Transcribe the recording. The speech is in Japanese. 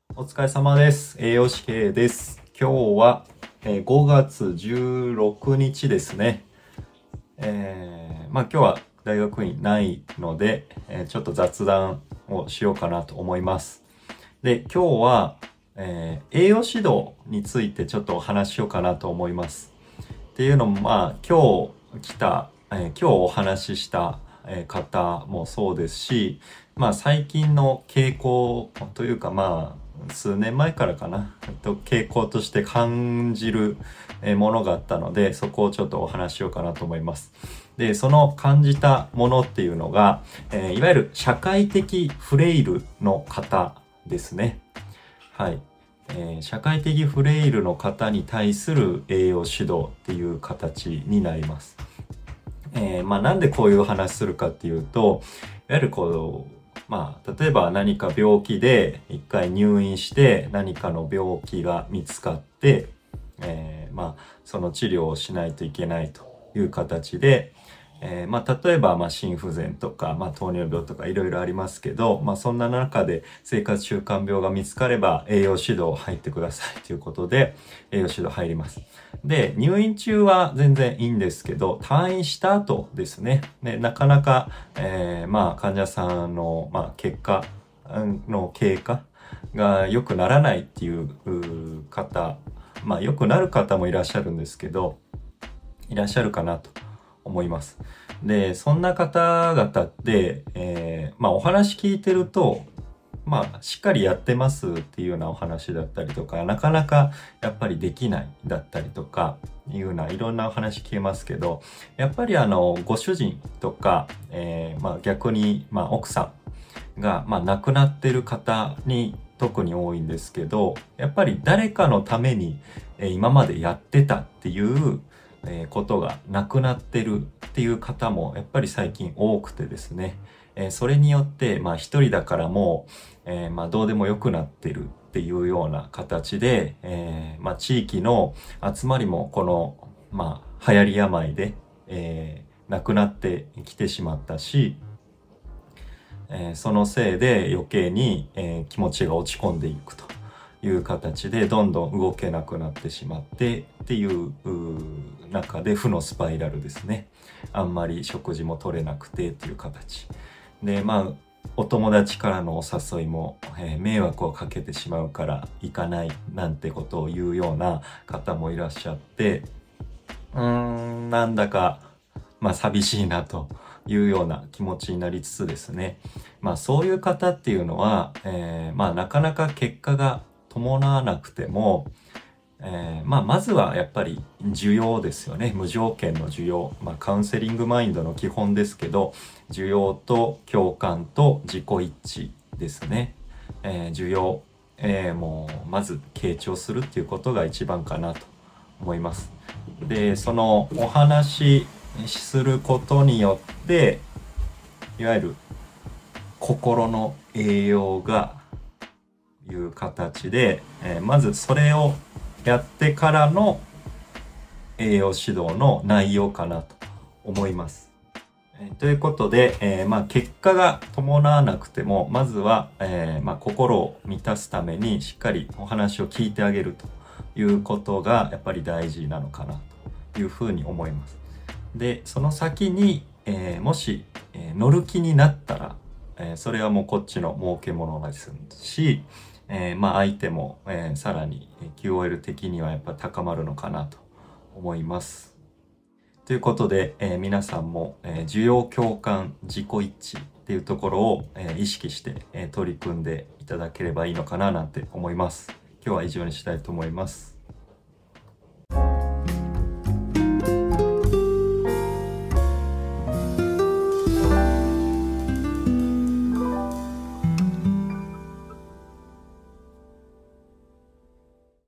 お疲れ様です。栄養士経営です。今日は5月16日ですね。今日は大学院ないので、ちょっと雑談をしようかなと思います。で、今日は、栄養指導についてちょっとお話ししようかなと思います。っていうのも、今日お話しした方もそうですし、最近の傾向というか、数年前からかな、傾向として感じるものがあったので、そこをちょっとお話ししようかなと思います。で、その感じたものっていうのが、いわゆる社会的フレイルの方ですね。はい。社会的フレイルの方に対する栄養指導っていう形になります。なんでこういう話するかっていうと、いわゆる例えば何か病気で一回入院して何かの病気が見つかって、その治療をしないといけないという形で、例えば心不全とか、糖尿病とかいろいろありますけど、そんな中で生活習慣病が見つかれば栄養指導入ってくださいということで栄養指導入ります。で、入院中は全然いいんですけど、退院した後ですね。なかなか、患者さんの、結果の経過が良くならないっていう方、良くなる方もいらっしゃるんですけど、いらっしゃるかなと思います。で、そんな方々って、お話聞いてると、しっかりやってますっていうようなお話だったりとか、なかなかやっぱりできないだったりとか、いうようないろんなお話聞けますけど、やっぱりご主人とか、逆に、奥さんが、亡くなってる方に特に多いんですけど、やっぱり誰かのために、今までやってたっていうことがなくなってるっていう方もやっぱり最近多くてですね、それによって一人だからもう、どうでもよくなってるっていうような形で、地域の集まりもこの流行り病で、なくなってきてしまったし、そのせいで余計に、気持ちが落ち込んでいくという形でどんどん動けなくなってしまってっていう中で負のスパイラルですね。あんまり食事も取れなくてっていう形で、お友達からのお誘いも、迷惑をかけてしまうから行かないなんてことを言うような方もいらっしゃって、なんだか寂しいなというような気持ちになりつつですね。そういう方っていうのは、なかなか結果が伴わなくても、まずはやっぱり需要ですよね。無条件の需要。カウンセリングマインドの基本ですけど、需要と共感と自己一致ですね。需要、もうまず傾聴するっていうことが一番かなと思います。で、そのお話しすることによって、いわゆる心の栄養がいう形で、まずそれをやってからの栄養指導の内容かなと思います。ということで、結果が伴わなくても、まずは、心を満たすためにしっかりお話を聞いてあげるということがやっぱり大事なのかなというふうに思います。で、その先に、もし、乗る気になったら、それはもうこっちの儲けものですし、相手も、さらに QOL 的にはやっぱ高まるのかなと思います。ということで、皆さんも、需要共感自己一致っていうところを、意識して、取り組んでいただければいいのかななんて思います。今日は以上にしたいと思います。